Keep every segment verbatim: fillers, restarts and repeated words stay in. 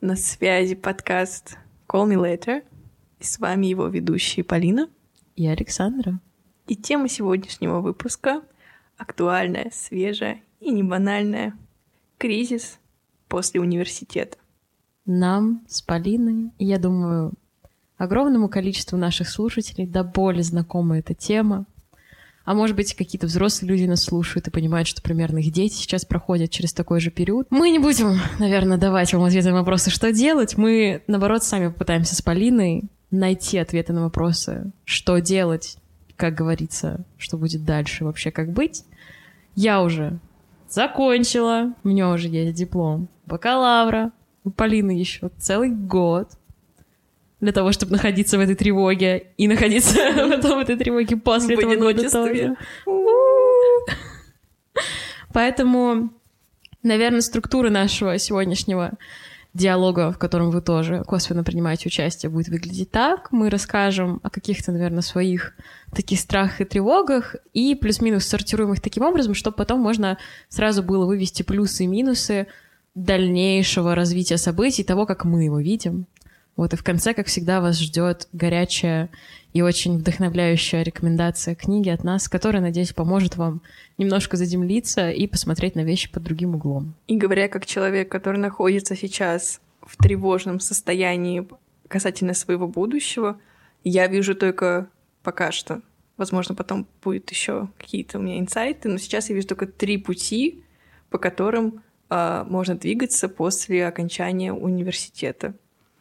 На связи подкаст Call Me Later. И с вами его ведущие Полина и Александра. И тема сегодняшнего выпуска актуальная, свежая и не банальная. Кризис после университета. Нам с Полиной, и, я думаю, огромному количеству наших слушателей до боли знакома эта тема. А может быть, какие-то взрослые люди нас слушают и понимают, что примерно их дети сейчас проходят через такой же период. Мы не будем, наверное, давать вам ответы на вопросы, что делать. Мы, наоборот, сами попытаемся с Полиной найти ответы на вопросы, что делать, как говорится, что будет дальше, вообще как быть. Я уже закончила, у меня уже есть диплом бакалавра, у Полины еще целый год для того, чтобы находиться в этой тревоге и находиться потом в этой тревоге после этого года тоже. Поэтому, наверное, структура нашего сегодняшнего диалога, в котором вы тоже косвенно принимаете участие, будет выглядеть так. Мы расскажем о каких-то, наверное, своих таких страхах и тревогах и плюс-минус сортируем их таким образом, чтобы потом можно сразу было вывести плюсы и минусы дальнейшего развития событий, того, как мы его видим. Вот, и в конце, как всегда, вас ждет горячая и очень вдохновляющая рекомендация книги от нас, которая, надеюсь, поможет вам немножко заземлиться и посмотреть на вещи под другим углом. И говоря как человек, который находится сейчас в тревожном состоянии касательно своего будущего, я вижу только пока что, возможно, потом будет еще какие-то у меня инсайты, но сейчас я вижу только три пути, по которым э, можно двигаться после окончания университета.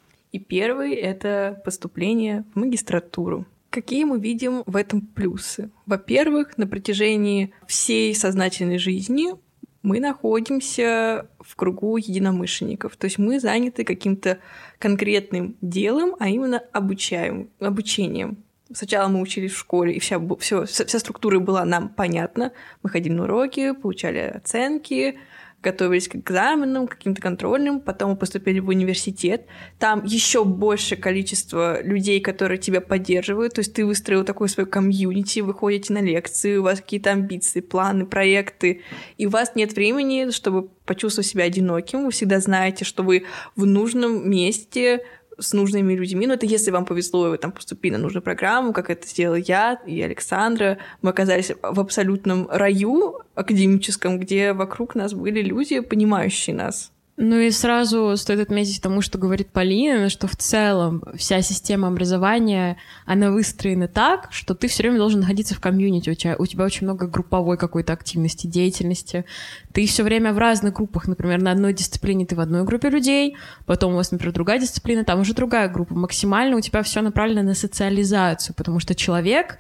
И первый — это поступление в магистратуру. Какие мы видим в этом плюсы? Во-первых, на протяжении всей сознательной жизни мы находимся в кругу единомышленников. То есть мы заняты каким-то конкретным делом, а именно обучаем, обучением. Сначала мы учились в школе, и вся, вся, вся структура была нам понятна. Мы ходили на уроки, получали оценки, готовились к экзаменам, к каким-то контрольным, потом мы поступили в университет. Там еще большее количество людей, которые тебя поддерживают, то есть ты выстроил такое свое комьюнити, вы ходите на лекции, у вас какие-то амбиции, планы, проекты, и у вас нет времени, чтобы почувствовать себя одиноким, вы всегда знаете, что вы в нужном месте, с нужными людьми. Но это если вам повезло, и вы там поступили на нужную программу, как это сделал я и Александра. Мы оказались в абсолютном раю академическом, где вокруг нас были люди, понимающие нас. Ну и сразу стоит отметить тому, что говорит Полина, что в целом вся система образования, она выстроена так, что ты все время должен находиться в комьюнити, у тебя, у тебя очень много групповой какой-то активности, деятельности. Ты все время в разных группах, например, на одной дисциплине ты в одной группе людей, потом у вас, например, другая дисциплина, там уже другая группа. Максимально у тебя все направлено на социализацию, потому что человек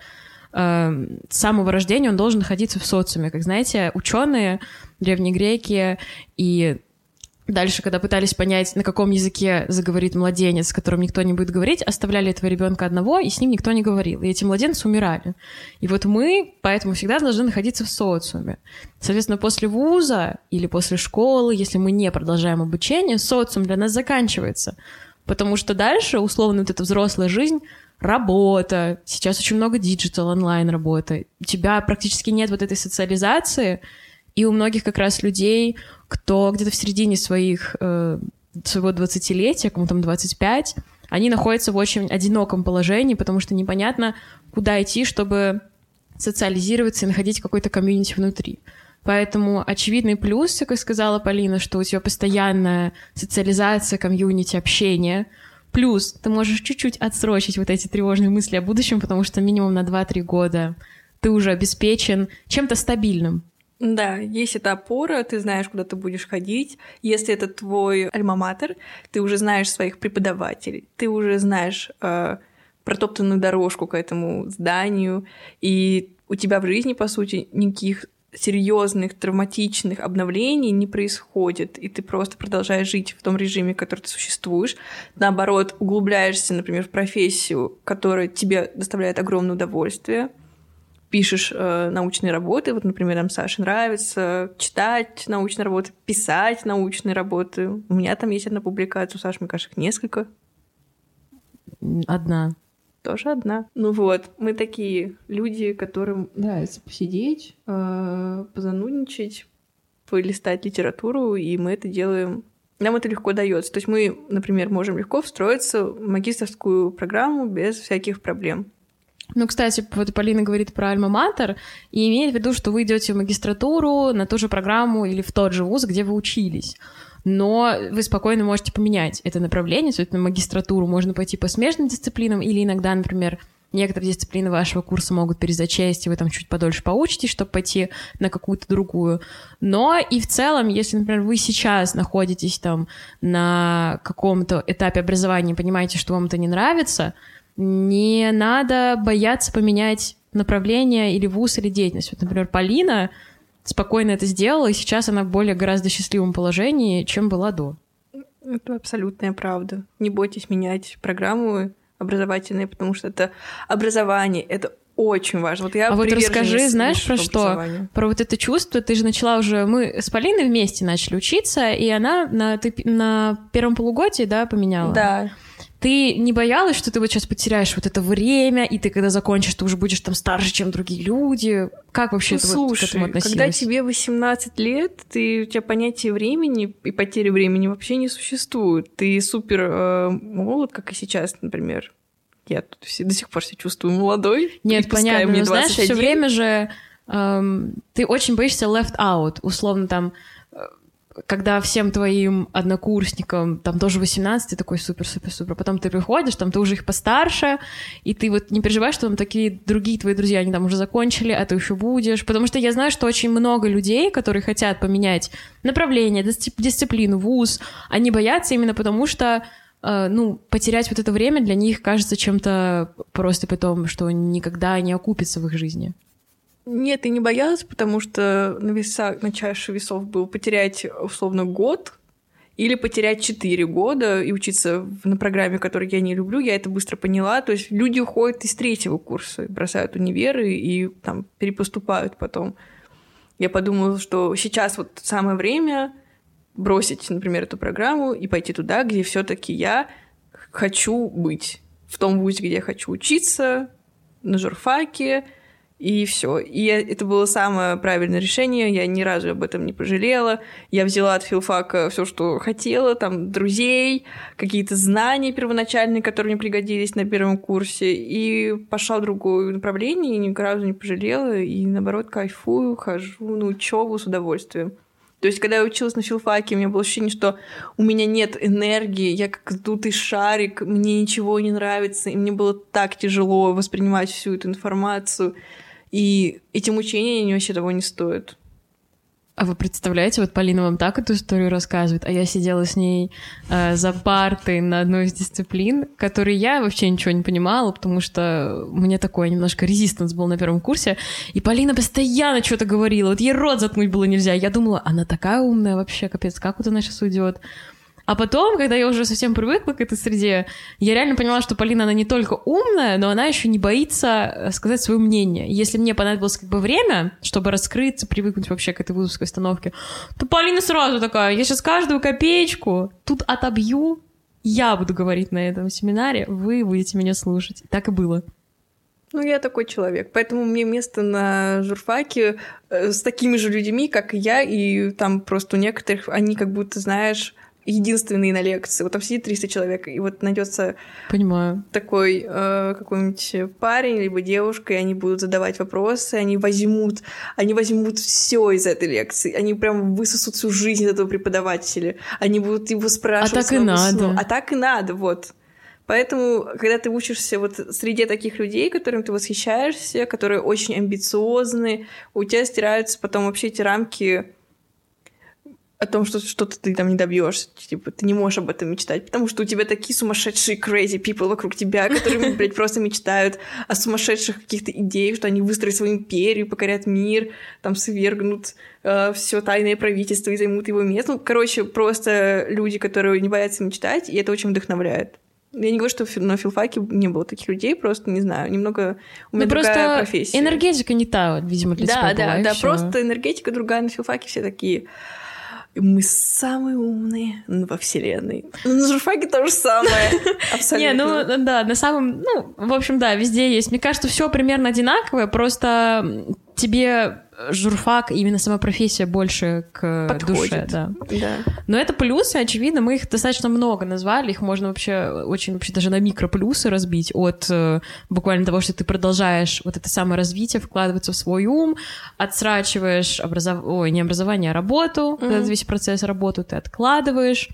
э, с самого рождения он должен находиться в социуме. Как знаете, ученые, древние греки и дальше, когда пытались понять, на каком языке заговорит младенец, с которым никто не будет говорить, оставляли этого ребенка одного, и с ним никто не говорил. И эти младенцы умирали. И вот мы поэтому всегда должны находиться в социуме. Соответственно, после вуза или после школы, если мы не продолжаем обучение, социум для нас заканчивается. Потому что дальше, условно, вот эта взрослая жизнь, работа, сейчас очень много диджитал, онлайн-работы, у тебя практически нет вот этой социализации, и у многих как раз людей, кто где-то в середине своих, э, своего двадцатилетия, кому там двадцать пять, они находятся в очень одиноком положении, потому что непонятно, куда идти, чтобы социализироваться и находить какой-то комьюнити внутри. Поэтому очевидный плюс, как сказала Полина, что у тебя постоянная социализация, комьюнити, общение. Плюс ты можешь чуть-чуть отсрочить вот эти тревожные мысли о будущем, потому что минимум на два-три года ты уже обеспечен чем-то стабильным. Да, есть эта опора, ты знаешь, куда ты будешь ходить. Если это твой альма-матер, ты уже знаешь своих преподавателей, ты уже знаешь э, протоптанную дорожку к этому зданию, и у тебя в жизни, по сути, никаких серьезных травматичных обновлений не происходит, и ты просто продолжаешь жить в том режиме, в котором ты существуешь. Наоборот, углубляешься, например, в профессию, которая тебе доставляет огромное удовольствие. Пишешь э, научные работы, вот, например, нам Саше нравится читать научные работы, писать научные работы. У меня там есть одна публикация, у Саши, мне кажется, их несколько. Одна. Тоже одна. Ну вот, мы такие люди, которым нравится посидеть, э, позанудничать, полистать литературу, и мы это делаем нам это легко дается. То есть мы, например, можем легко встроиться в магистерскую программу без всяких проблем. Ну, кстати, вот Полина говорит про альма-матер и имеет в виду, что вы идете в магистратуру на ту же программу или в тот же вуз, где вы учились. Но вы спокойно можете поменять это направление, то есть на магистратуру можно пойти по смежным дисциплинам, или иногда, например, некоторые дисциплины вашего курса могут перезачесть, и вы там чуть подольше поучитесь, чтобы пойти на какую-то другую. Но и в целом, если, например, вы сейчас находитесь там на каком-то этапе образования и понимаете, что вам это не нравится, не надо бояться поменять направление или вуз, или деятельность. Вот, например, Полина спокойно это сделала, и сейчас она в более гораздо счастливом положении, чем была до. Это абсолютная правда. Не бойтесь менять программу образовательные, потому что это образование, это очень важно. Вот я а вот расскажи, знаешь, про что? Про вот это чувство. Ты же начала уже... Мы с Полиной вместе начали учиться, и она на, ты, на первом полугодии, да, поменяла? Да. Ты не боялась, что ты вот сейчас потеряешь вот это время, и ты, когда закончишь, ты уже будешь там старше, чем другие люди? Как вообще ну, ты слушай, вот к этому относилась? Когда тебе восемнадцать лет, ты, у тебя понятие времени и потери времени вообще не существует. Ты супер э, молод, как и сейчас, например. Я тут все, до сих пор себя чувствую молодой. Нет, понятно, но знаешь, все время же эм, ты очень боишься left out, условно там... Когда всем твоим однокурсникам там тоже восемнадцать, ты такой супер-супер-супер. Потом ты приходишь, там ты уже их постарше, и ты вот не переживаешь, что там такие другие твои друзья, они там уже закончили, а ты еще будешь. Потому что я знаю, что очень много людей, которые хотят поменять направление, дисциплину, вуз, они боятся именно потому, что э, ну, потерять вот это время для них кажется чем-то просто потом, что никогда не окупится в их жизни. Нет, я не боялась, потому что на весах, на чаше весов было потерять, условно, год или потерять четыре года и учиться на программе, которую я не люблю. Я это быстро поняла. То есть люди уходят из третьего курса, бросают универы и там перепоступают потом. Я подумала, что сейчас вот самое время бросить, например, эту программу и пойти туда, где все таки я хочу быть. В том вузе, где я хочу учиться, на журфаке, и все. И это было самое правильное решение. Я ни разу об этом не пожалела. Я взяла от филфака все, что хотела, там, друзей, какие-то знания первоначальные, которые мне пригодились на первом курсе, и пошла в другое направление, и ни разу не пожалела, и, наоборот, кайфую, хожу на учебу с удовольствием. То есть, когда я училась на филфаке, у меня было ощущение, что у меня нет энергии, я как сдутый шарик, мне ничего не нравится, и мне было так тяжело воспринимать всю эту информацию. И эти мучения они вообще того не стоят. А вы представляете, вот Полина вам так эту историю рассказывает, а я сидела с ней э, за партой на одной из дисциплин, которой я вообще ничего не понимала, потому что у меня такой немножко резистанс был на первом курсе, и Полина постоянно что-то говорила, вот ей рот заткнуть было нельзя. Я думала, она такая умная вообще, капец, как вот она сейчас уйдет. А потом, когда я уже совсем привыкла к этой среде, я реально поняла, что Полина, она не только умная, но она еще не боится сказать свое мнение. Если мне понадобилось как бы время, чтобы раскрыться, привыкнуть вообще к этой вузовской установке, то Полина сразу такая, я сейчас каждую копеечку тут отобью, я буду говорить на этом семинаре, вы будете меня слушать. Так и было. Ну, я такой человек, поэтому мне место на журфаке с такими же людьми, как и я, и там просто у некоторых, они как будто, знаешь... единственные на лекции. Вот там сидит триста человек, и вот найдется Понимаю. такой э, какой-нибудь парень либо девушка, и они будут задавать вопросы, они возьмут, они возьмут все из этой лекции, они прям высосут всю жизнь из этого преподавателя, они будут его спрашивать. А так и надо. Сну. А так и надо, вот. Поэтому, когда ты учишься вот среди таких людей, которым ты восхищаешься, которые очень амбициозны, у тебя стираются потом вообще эти рамки о том, что что-то ты там не добьешься, типа, ты не можешь об этом мечтать, потому что у тебя такие сумасшедшие crazy people вокруг тебя, которые, блядь, просто мечтают о сумасшедших каких-то идеях, что они выстроят свою империю, покорят мир, там, свергнут э, все тайное правительство и займут его место. Ну, короче, просто люди, которые не боятся мечтать, и это очень вдохновляет. Я не говорю, что на филфаке не было таких людей, просто, не знаю, немного... У меня ну, другая профессия. Энергетика не та, видимо, для да, тебя да, была. Да, да, всё. просто энергетика другая. На филфаке все такие... Мы самые умные во вселенной. На журфаке то же самое. Абсолютно. Не, ну да, на самом... Ну, в общем, да, везде есть. Мне кажется, все примерно одинаковое, просто тебе журфак, именно сама профессия больше к подходит. Душе. Да. Да. Но это плюсы, очевидно, мы их достаточно много назвали, их можно вообще очень вообще даже на микроплюсы разбить от э, буквально того, что ты продолжаешь вот это саморазвитие, вкладываться в свой ум, отсрачиваешь образов... Ой, не образование, а работу, mm-hmm. этот весь процесс работы ты откладываешь.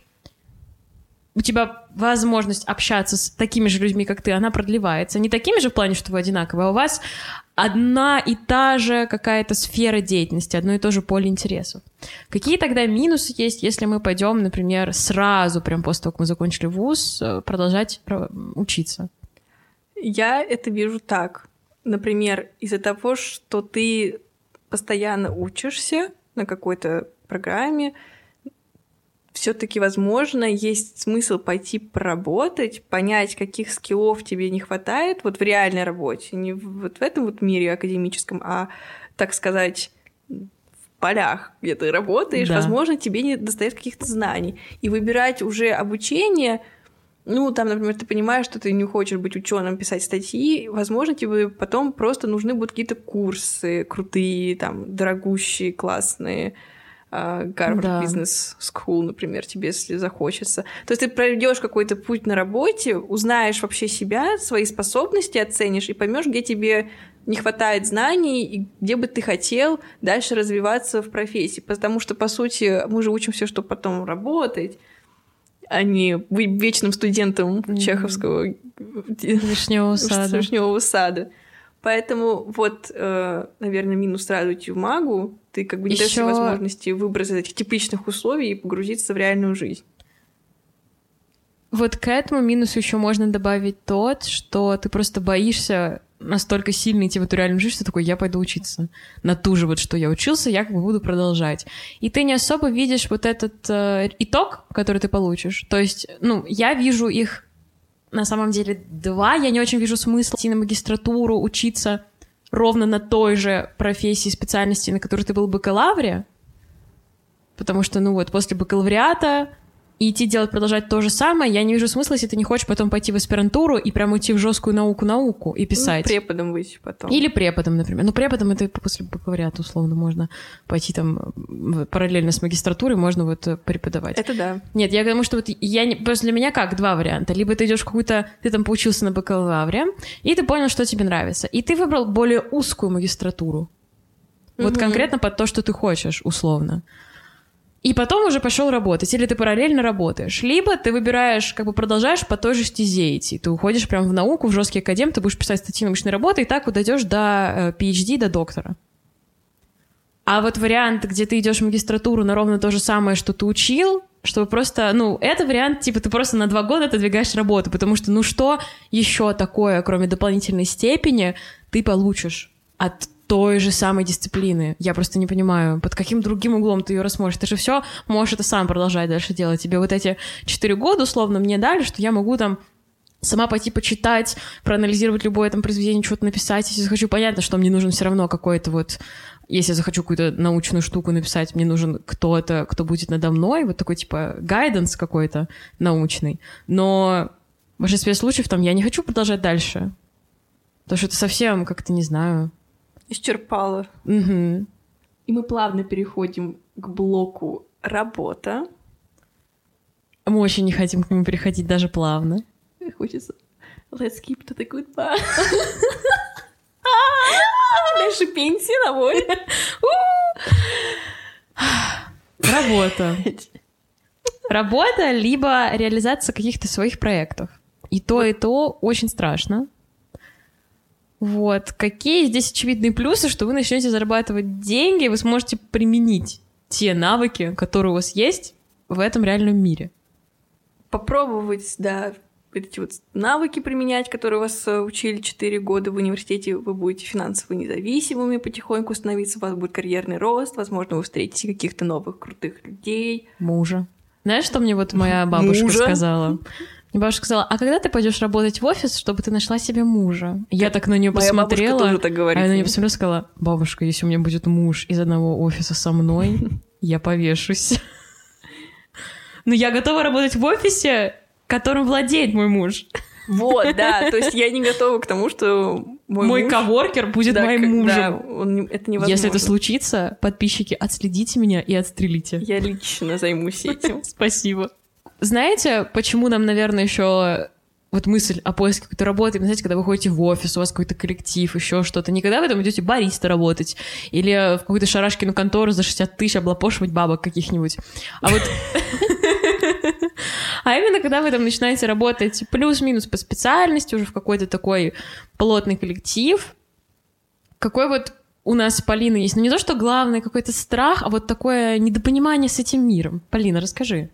У тебя возможность общаться с такими же людьми, как ты, она продлевается. Не такими же в плане, что вы одинаковые, а у вас одна и та же какая-то сфера деятельности, одно и то же поле интересов. Какие тогда минусы есть, если мы пойдем, например, сразу, прям после того, как мы закончили вуз, продолжать учиться? Я это вижу так. Например, из-за того, что ты постоянно учишься на какой-то программе, все-таки, возможно, есть смысл пойти поработать, понять, каких скиллов тебе не хватает вот в реальной работе, не вот в этом вот мире академическом, а, так сказать, в полях, где ты работаешь, да. Возможно, тебе не достает каких-то знаний. И выбирать уже обучение, ну, там, например, ты понимаешь, что ты не хочешь быть ученым, писать статьи, возможно, тебе потом просто нужны будут какие-то курсы крутые, там, дорогущие, классные, Гарвард Бизнес Скул, например, тебе, если захочется. То есть ты пройдешь какой-то путь на работе, узнаешь вообще себя, свои способности оценишь и поймешь, где тебе не хватает знаний и где бы ты хотел дальше развиваться в профессии. Потому что, по сути, мы же учимся, чтобы потом работать, а не быть вечным студентом mm-hmm. чеховского вишневого сада. вишневого сада. Поэтому вот, наверное, минус сразу идти в магу. Ты как бы не даешь себе возможности выбраться из этих типичных условий и погрузиться в реальную жизнь. Вот к этому минусу еще можно добавить тот, что ты просто боишься настолько сильно идти в эту реальную жизнь, что такой, я пойду учиться на ту же вот, что я учился, я как бы буду продолжать. И ты не особо видишь вот этот э, итог, который ты получишь. То есть, ну, я вижу их на самом деле два. Я не очень вижу смысла идти на магистратуру, учиться ровно на той же профессии, специальности, на которой ты был в бакалавре. Потому что, ну вот, после бакалавриата идти делать, продолжать то же самое, я не вижу смысла, если ты не хочешь потом пойти в аспирантуру и прям уйти в жесткую науку-науку и писать. Ну, преподом быть потом. Или преподом, например. Ну, преподом это после бакалавриата, условно, можно пойти там параллельно с магистратурой, можно вот преподавать. Это да. Нет, я думаю, что вот я не... Просто для меня как два варианта. Либо ты идешь в какую-то... Ты там поучился на бакалавре, и ты понял, что тебе нравится. И ты выбрал более узкую магистратуру. Mm-hmm. Вот конкретно под то, что ты хочешь, условно. И потом уже пошел работать, или ты параллельно работаешь. Либо ты выбираешь, как бы продолжаешь по той же стезе идти. Ты уходишь прямо в науку, в жесткий академ, ты будешь писать статьи научной работы, и так вот дойдешь до пи эйч ди, до доктора. А вот вариант, где ты идешь в магистратуру на ровно то же самое, что ты учил, чтобы просто, ну, это вариант, типа, ты просто на два года отодвигаешь работу, потому что, ну, что еще такое, кроме дополнительной степени, ты получишь от той же самой дисциплины. Я просто не понимаю, под каким другим углом ты ее рассмотришь. Ты же все можешь это сам продолжать дальше делать. Тебе вот эти четыре года, условно, мне дали, что я могу там сама пойти почитать, проанализировать любое там произведение, что-то написать, если захочу. Понятно, что мне нужен все равно какой-то вот... Если я захочу какую-то научную штуку написать, мне нужен кто-то, кто будет надо мной, вот такой типа гайденс какой-то научный. Но в большинстве случаев там я не хочу продолжать дальше. Потому что это совсем как-то, не знаю... Исчерпала. Угу. И мы плавно переходим к блоку «Работа». Мы очень не хотим к нему переходить даже плавно. Хочется «Let's keep to the goodbye». Дальше пенсия на воле. Работа. Работа, либо реализация каких-то своих проектов. И то, и то очень страшно. Вот. Какие здесь очевидные плюсы, что вы начнете зарабатывать деньги, и вы сможете применить те навыки, которые у вас есть в этом реальном мире? Попробовать, да, эти вот навыки применять, которые вас учили четыре года в университете, вы будете финансово независимыми потихоньку становиться, у вас будет карьерный рост, возможно, вы встретите каких-то новых крутых людей. Мужа. Знаешь, что мне вот моя бабушка Мужа? сказала? Мне бабушка сказала, а когда ты пойдешь работать в офис, чтобы ты нашла себе мужа? Я так на нее посмотрела, тоже так говорит, а я на нее посмотрела и сказала, бабушка, если у меня будет муж из одного офиса со мной, я повешусь. Но я готова работать в офисе, которым владеет мой муж. Вот, да, то есть я не готова к тому, что мой, мой муж... коворкер будет да, моим как... мужем. Да, он... это невозможно. Если это случится, подписчики, отследите меня и отстрелите. Я лично займусь этим. Спасибо. Знаете, почему нам, наверное, еще вот мысль о поиске какой-то работы, знаете, когда вы ходите в офис, у вас какой-то коллектив, еще что-то, никогда вы там идете бариста работать или в какую-то шарашкину контору за шестьдесят тысяч облапошивать бабок каких-нибудь. А вот... А именно, когда вы там начинаете работать плюс-минус по специальности, уже в какой-то такой плотный коллектив, какой вот у нас с Полиной есть, ну не то, что главный какой-то страх, а вот такое недопонимание с этим миром. Полина, расскажи.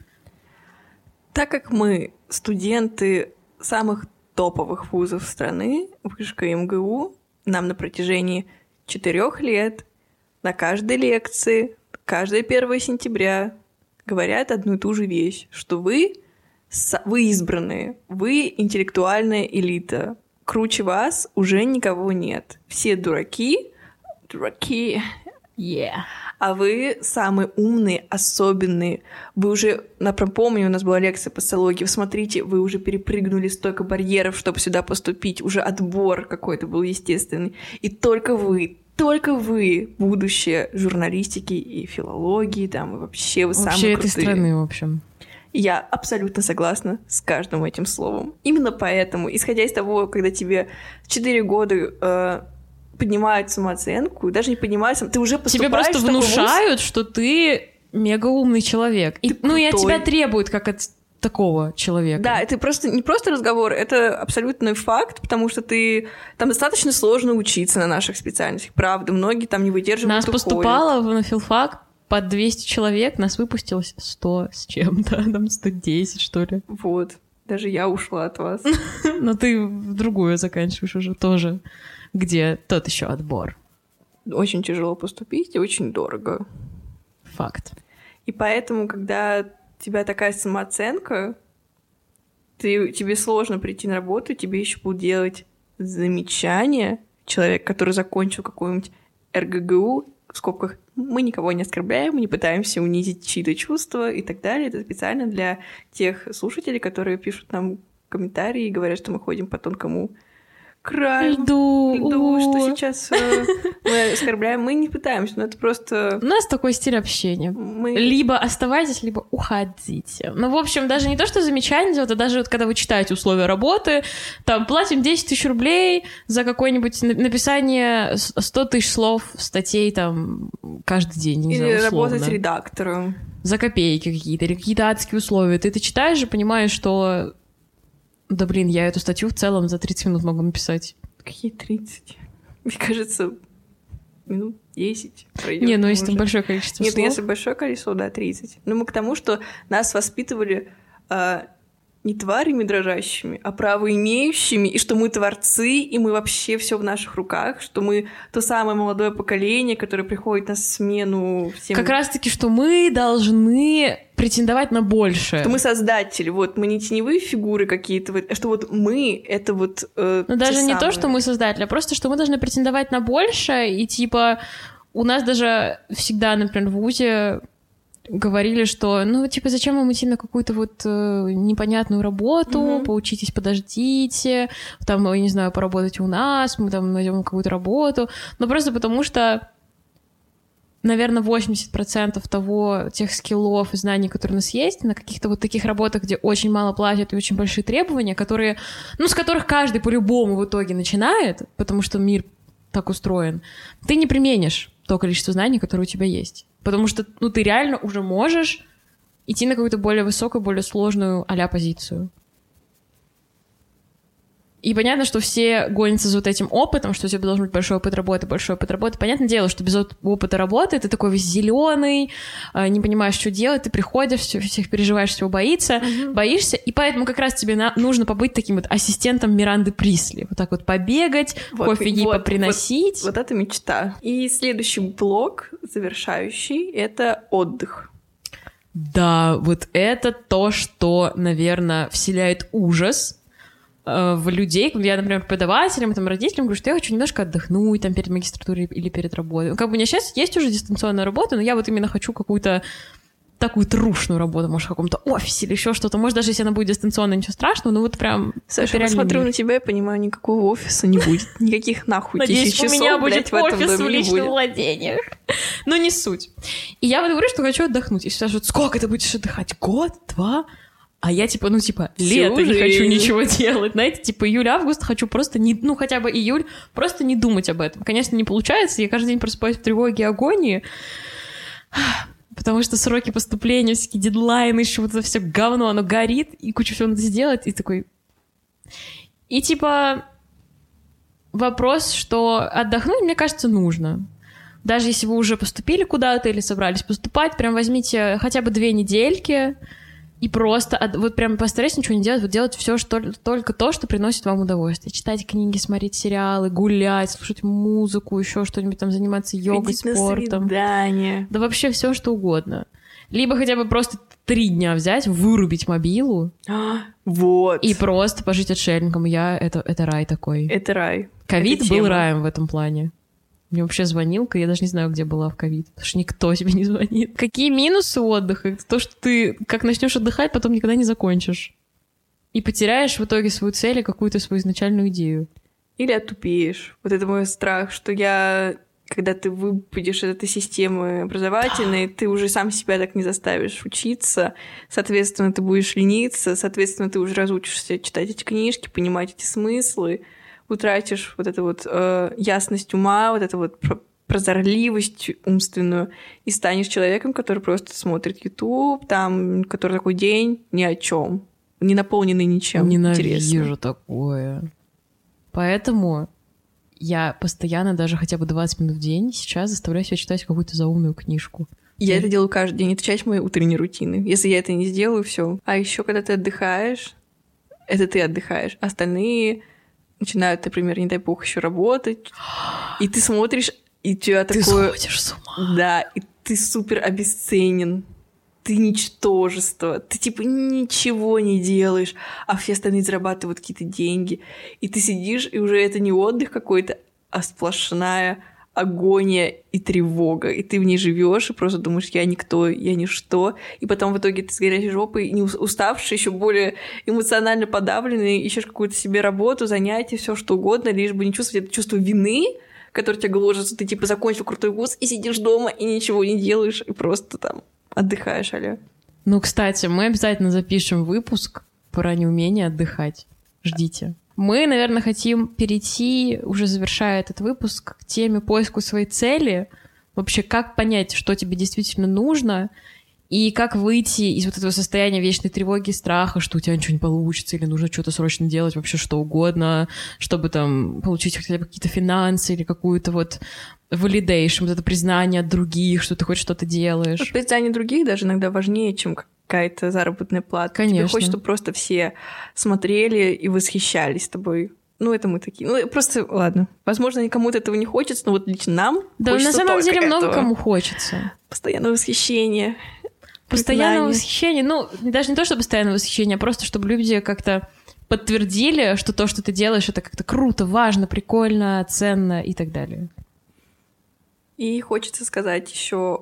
Так как мы студенты самых топовых вузов страны, вышка эм гэ у, нам на протяжении четырех лет на каждой лекции, каждое первое сентября говорят одну и ту же вещь, что вы, вы избранные, вы интеллектуальная элита. Круче вас уже никого нет. Все дураки, дураки, yeah. А вы самые умные, особенные. Вы уже, напомню, у нас была лекция по социологии, вы смотрите, вы уже перепрыгнули столько барьеров, чтобы сюда поступить, уже отбор какой-то был естественный. И только вы, только вы будущее журналистики и филологии, там, и вообще вы самые вообще крутые. Этой страны, в общем. Я абсолютно согласна с каждым этим словом. Именно поэтому, исходя из того, когда тебе четыре года э, поднимают самооценку, даже не поднимают, ты уже поступаешь тебе просто в такой внушают, вуз, что ты мега умный человек. И, ну и от тебя требуют, как от такого человека. Да, это просто не просто разговор, это абсолютный факт, потому что ты там достаточно сложно учиться на наших специальностях. Правда, многие там не выдерживают. Нас поступало на филфак под двести человек, нас выпустилось сто с чем-то, там сто десять, что ли. Вот. Даже я ушла от вас. Но ты в другую заканчиваешь уже тоже, где тот еще отбор. Очень тяжело поступить и очень дорого. Факт. И поэтому, когда у тебя такая самооценка, ты, тебе сложно прийти на работу, тебе еще будут делать замечания. Человек, который закончил какую-нибудь эр гэ гэ у, в скобках, мы никого не оскорбляем, мы не пытаемся унизить чьи-то чувства и так далее. Это специально для тех слушателей, которые пишут нам комментарии и говорят, что мы ходим по тонкому краю. Льду. Льду, что сейчас э, мы оскорбляем. Мы не пытаемся, но это просто... У нас такой стиль общения. Мы... Либо оставайтесь, либо уходите. Ну, в общем, даже не то, что замечание делать, а даже вот когда вы читаете условия работы, там, платим десять тысяч рублей за какое-нибудь написание сто тысяч слов статей там каждый день, не Или знаю, условно. работать редактором. За копейки какие-то, или какие-то адские условия. Ты это читаешь и понимаешь, что... Да блин, я эту статью в целом за тридцать минут могу написать. Какие тридцать? Мне кажется, минут десять пройдет. Не, ну если там большое количество Нет, слов. если большое количество, да, тридцать. Но мы к тому, что нас воспитывали а, не тварями дрожащими, а правоимеющими, и что мы творцы, и мы вообще все в наших руках, что мы то самое молодое поколение, которое приходит на смену всем... Как раз-таки, что мы должны претендовать на большее. Что мы создатели, вот, мы не теневые фигуры какие-то, а что вот мы — это вот э, Ну даже не самые. то, что мы создатели, а просто, что мы должны претендовать на большее, и типа у нас даже всегда, например, в вузе говорили, что, ну, типа, зачем вам идти на какую-то вот э, непонятную работу, mm-hmm. поучитесь, подождите, там, я не знаю, поработайте у нас, мы там найдем какую-то работу, но просто потому что, наверное, восемьдесят процентов того, тех скиллов и знаний, которые у нас есть, на каких-то вот таких работах, где очень мало платят и очень большие требования, которые, ну, с которых каждый по-любому в итоге начинает, потому что мир так устроен, ты не применишь то количество знаний, которые у тебя есть. Потому что, ну, ты реально уже можешь идти на какую-то более высокую, более сложную а-ля позицию. И понятно, что все гонятся за вот этим опытом, что у тебя должен быть большой опыт работы, большой опыт работы. Понятное дело, что без опыта работы ты такой весь зеленый, не понимаешь, что делать, ты приходишь, всех переживаешь, всего боится, mm-hmm. боишься, и поэтому как раз тебе на... нужно побыть таким вот ассистентом Миранды Присли. Вот так вот побегать, вот, кофе ей вот, поприносить. Вот, вот это мечта. И следующий блок, завершающий, это отдых. Да, вот это то, что, наверное, вселяет ужас в людей. Я, например, преподавателям, там, родителям говорю, что я хочу немножко отдохнуть там, перед магистратурой или перед работой. Как бы у меня сейчас есть уже дистанционная работа, но я вот именно хочу какую-то такую трушную работу, может, в каком-то офисе или еще что-то. Может, даже если она будет дистанционно, ничего страшного, но вот прям... Саша, я смотрю на тебя и понимаю, никакого офиса не будет. Никаких нахуй тысяч часов, у меня будет в офис в личных владениях. Но не суть. И я вот говорю, что хочу отдохнуть. И все спрашивают, сколько ты будешь отдыхать? Год? Два? А я типа, ну типа, лето не хочу ничего делать. Знаете, типа июль-август хочу просто не... Ну, хотя бы июль, просто не думать об этом. Конечно, не получается. Я каждый день просыпаюсь в тревоге и агонии. Потому что сроки поступления, всякие дедлайны, еще вот это все говно, оно горит, и кучу всего надо сделать, и такой... И типа вопрос, что отдохнуть, мне кажется, нужно. Даже если вы уже поступили куда-то или собрались поступать, прям возьмите хотя бы две недельки и просто вот прям постарайтесь ничего не делать, вот делать все, что, только то, что приносит вам удовольствие. Читать книги, смотреть сериалы, гулять, слушать музыку, еще что-нибудь там, заниматься йогой, ходить спортом. На свидание. Да вообще все, что угодно. Либо хотя бы просто три дня взять, вырубить мобилу. А, вот. И просто пожить отшельником. Я... Это, это рай такой. Это рай. Ковид был раем в этом плане. Мне вообще звонилка, я даже не знаю, где была в ковид, потому что никто тебе не звонит. Какие минусы отдыха? Это то, что ты как начнешь отдыхать, потом никогда не закончишь. И потеряешь в итоге свою цель и какую-то свою изначальную идею. Или отупеешь. Вот это мой страх, что я... Когда ты выпадешь из этой системы образовательной, ты уже сам себя так не заставишь учиться. Соответственно, ты будешь лениться, соответственно, ты уже разучишься читать эти книжки, понимать эти смыслы, утратишь вот эту вот э, ясность ума, вот эту вот прозорливость умственную, и станешь человеком, который просто смотрит YouTube, там, который такой день ни о чем, не наполненный ничем интересным. Ненавижу такое. Поэтому я постоянно, даже хотя бы двадцать минут в день, сейчас заставляю себя читать какую-то заумную книжку. Я это делаю каждый день, это часть моей утренней рутины. Если я это не сделаю, все. А еще когда ты отдыхаешь, это ты отдыхаешь, остальные начинают, например, не дай бог, еще работать, и ты смотришь, и у тебя ты такое... Ты сходишь с ума. Да, и ты супер обесценен. Ты ничтожество. Ты, типа, ничего не делаешь, а все остальные зарабатывают какие-то деньги. И ты сидишь, и уже это не отдых какой-то, а сплошная агония и тревога. И ты в ней живешь и просто думаешь, я никто, я ничто. И потом в итоге ты с горячей жопой, не уставший, еще более эмоционально подавленный, ищешь какую-то себе работу, занятие, все что угодно, лишь бы не чувствовать это чувство вины, которое тебя гложет, ты типа закончил крутой вуз и сидишь дома и ничего не делаешь, и просто там отдыхаешь, аля. Ну, кстати, мы обязательно запишем выпуск про неумение отдыхать. Ждите. Мы, наверное, хотим перейти, уже завершая этот выпуск, к теме поиску своей цели. Вообще, как понять, что тебе действительно нужно, и как выйти из вот этого состояния вечной тревоги и страха, что у тебя ничего не получится, или нужно что-то срочно делать, вообще что угодно, чтобы там получить хотя бы какие-то финансы или какую-то вот validation, вот это признание от других, что ты хоть что-то делаешь. Вот признание других даже иногда важнее, чем какая-то заработная плата. Конечно. Тебе хочется, чтобы просто все смотрели и восхищались тобой. Ну, это мы такие. Ну, просто, ладно. Возможно, никому-то этого не хочется, но вот лично нам да, хочется на самом деле этого. много кому хочется. Постоянное восхищение. Постоянное восхищение. Ну, даже не то, что постоянное восхищение, а просто, чтобы люди как-то подтвердили, что то, что ты делаешь, это как-то круто, важно, прикольно, ценно и так далее. И хочется сказать еще,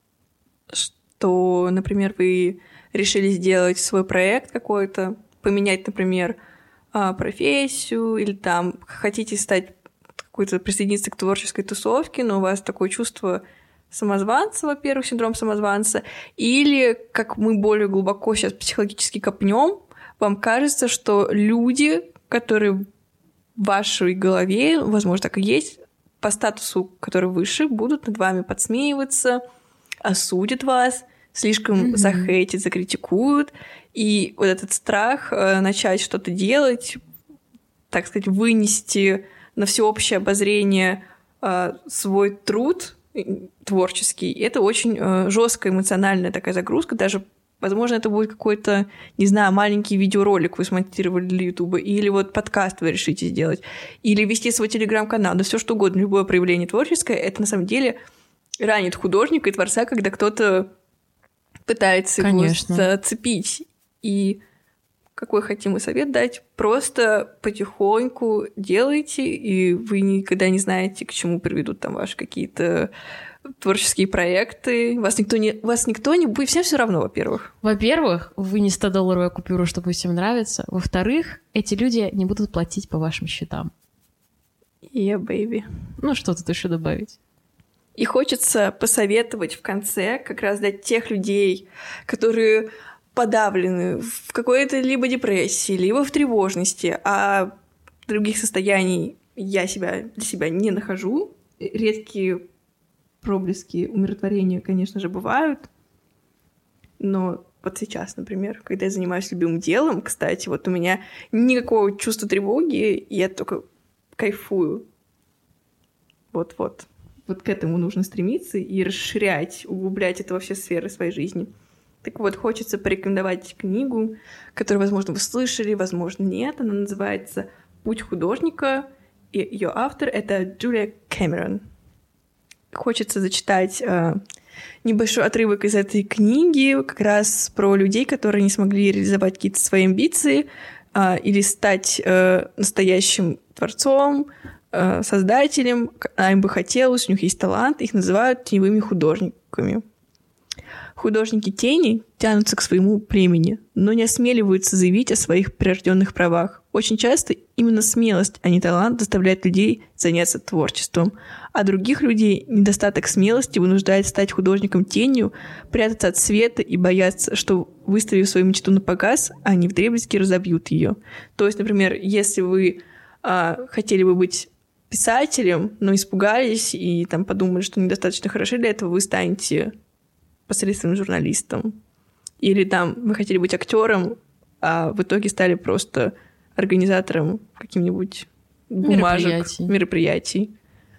что, например, вы решили сделать свой проект какой-то, поменять, например, профессию, или там хотите стать какой-то, присоединиться к творческой тусовке, но у вас такое чувство самозванца, во-первых, синдром самозванца, или, как мы более глубоко сейчас психологически копнем, вам кажется, что люди, которые в вашей голове, возможно, так и есть, по статусу, который выше, будут над вами подсмеиваться, осудят вас, слишком mm-hmm. захейтят, закритикуют. И вот этот страх э, начать что-то делать, так сказать, вынести на всеобщее обозрение э, свой труд творческий, это очень э, жесткая эмоциональная такая загрузка. Даже, возможно, это будет какой-то, не знаю, маленький видеоролик вы смонтировали для Ютуба, или вот подкаст вы решите сделать, или вести свой телеграм-канал, да все что угодно, любое проявление творческое, это на самом деле ранит художника и творца, когда кто-то пытается Конечно. его зацепить. И какой хотим мы совет дать? Просто потихоньку делайте, и вы никогда не знаете, к чему приведут там ваши какие-то творческие проекты. Вас никто не... Вас никто не... Вы всем все равно, во-первых. Во-первых, вы не сто-долларовая купюра, чтобы всем нравиться. Во-вторых, эти люди не будут платить по вашим счетам. Yeah, baby. Ну, что тут еще добавить? И хочется посоветовать в конце как раз для тех людей, которые подавлены в какой-то либо депрессии, либо в тревожности, а других состояний я себя, для себя не нахожу. Редкие проблески умиротворения, конечно же, бывают. Но вот сейчас, например, когда я занимаюсь любимым делом, кстати, вот у меня никакого чувства тревоги, и я только кайфую. Вот-вот. Вот к этому нужно стремиться и расширять, углублять это во все сферы своей жизни. Так вот, хочется порекомендовать книгу, которую, возможно, вы слышали, возможно, нет. Она называется «Путь художника», и ее автор — это Джулия Кэмерон. Хочется зачитать э, небольшой отрывок из этой книги, как раз про людей, которые не смогли реализовать какие-то свои амбиции э, или стать э, настоящим творцом, э, создателем, а им бы хотелось, у них есть талант, их называют теневыми художниками. Художники тени тянутся к своему племени, но не осмеливаются заявить о своих прирожденных правах. Очень часто именно смелость, а не талант, заставляет людей заняться творчеством, а других людей недостаток смелости вынуждает стать художником тенью, прятаться от света и бояться, что, выставив свою мечту на показ, они вдребезги разобьют ее. То есть, например, если вы а, хотели бы быть писателем, но испугались и там подумали, что недостаточно хороши для этого, вы станете посредственным журналистом. Или там вы хотели быть актером, а в итоге стали просто организатором каким-нибудь бумажек, мероприятий. мероприятий.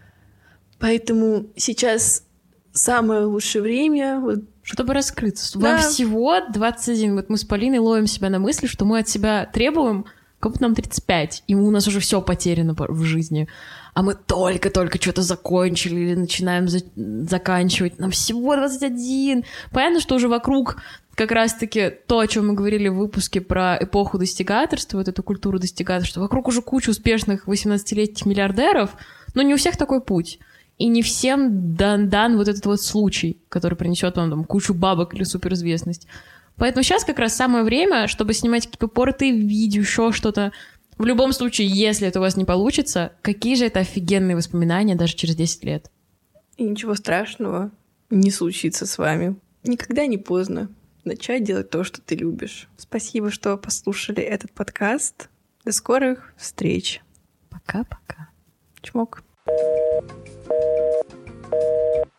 Поэтому сейчас самое лучшее время... Вот... Чтобы раскрыться. Да. Вам всего двадцать один. Вот мы с Полиной ловим себя на мысли, что мы от себя требуем, как будто нам тридцать пять, и у нас уже все потеряно в жизни. А мы только-только что-то закончили или начинаем за- заканчивать. Нам всего двадцать один. Понятно, что уже вокруг как раз-таки то, о чем мы говорили в выпуске про эпоху достигаторства, вот эту культуру достигаторства, вокруг уже куча успешных восемнадцатилетних миллиардеров, но не у всех такой путь. И не всем дан, дан вот этот вот случай, который принесет вам там кучу бабок или суперизвестность. Поэтому сейчас как раз самое время, чтобы снимать какие-то порты, видео, еще что-то. В любом случае, если это у вас не получится, какие же это офигенные воспоминания даже через десять лет. И ничего страшного не случится с вами. Никогда не поздно начать делать то, что ты любишь. Спасибо, что послушали этот подкаст. До скорых встреч. Пока-пока. Чмок.